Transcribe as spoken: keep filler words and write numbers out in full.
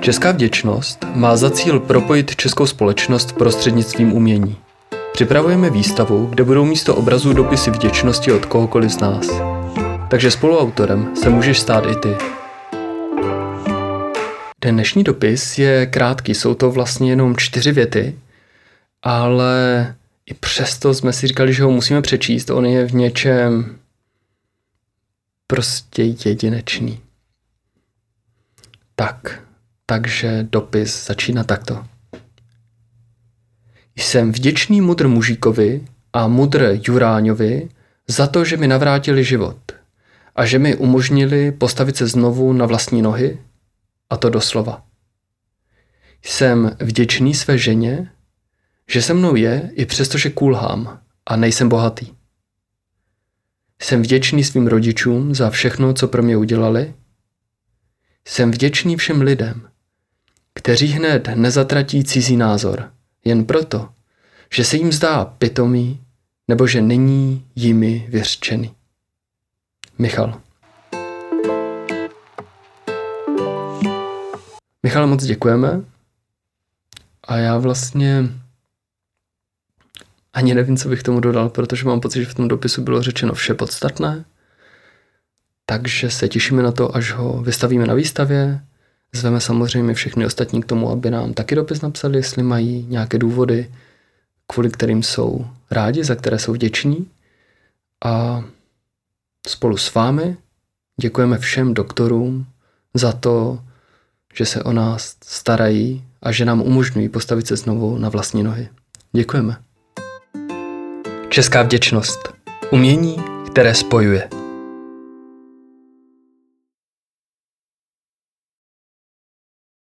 Česká vděčnost má za cíl propojit českou společnost prostřednictvím umění. Připravujeme výstavu, kde budou místo obrazů dopisy vděčnosti od kohokoliv z nás. Takže spoluautorem se můžeš stát i ty. Dnešní dopis je krátký, jsou to vlastně jenom čtyři věty, ale i přesto jsme si říkali, že ho musíme přečíst. On je v něčem prostě jedinečný. Tak, takže dopis začíná takto. Jsem vděčný mudr mužíkovi a mudr Juráňovi za to, že mi navrátili život a že mi umožnili postavit se znovu na vlastní nohy, a to doslova. Jsem vděčný své ženě, že se mnou je i přesto, že kulhám a nejsem bohatý. Jsem vděčný svým rodičům za všechno, co pro mě udělali. Jsem vděčný všem lidem, kteří hned nezatratí cizí názor, jen proto, že se jim zdá pitomý nebo že není jimi vyřčený. Michal. Michale, moc děkujeme. A já vlastně ani nevím, co bych tomu dodal, protože mám pocit, že v tom dopisu bylo řečeno vše podstatné. Takže se těšíme na to, až ho vystavíme na výstavě. Zveme samozřejmě všechny ostatní k tomu, aby nám taky dopis napsali, jestli mají nějaké důvody, kvůli kterým jsou rádi, za které jsou vděční. A spolu s vámi děkujeme všem doktorům za to, že se o nás starají a že nám umožňují postavit se znovu na vlastní nohy. Děkujeme. Česká vděčnost. Umění, které spojuje.